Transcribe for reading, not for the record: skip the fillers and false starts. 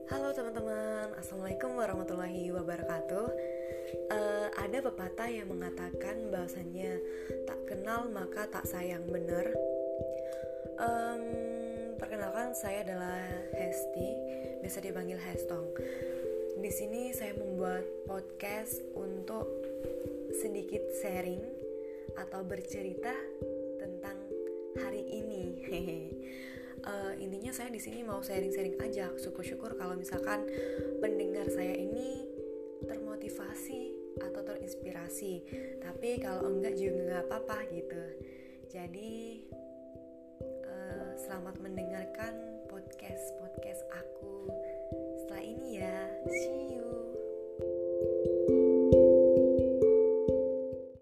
Halo teman-teman, Assalamualaikum warahmatullahi wabarakatuh. Ada pepatah yang mengatakan bahwasannya tak kenal maka tak sayang, benar. Perkenalkan, saya adalah Hesti, biasa dipanggil Hestong. Di sini saya membuat podcast untuk sedikit sharing atau bercerita tentang hari ini. Intinya saya di sini mau sharing-sharing aja. Syukur-syukur kalau misalkan pendengar saya ini termotivasi atau terinspirasi. Tapi kalau enggak juga nggak apa-apa gitu. Jadi selamat mendengarkan podcast aku setelah ini ya. See you.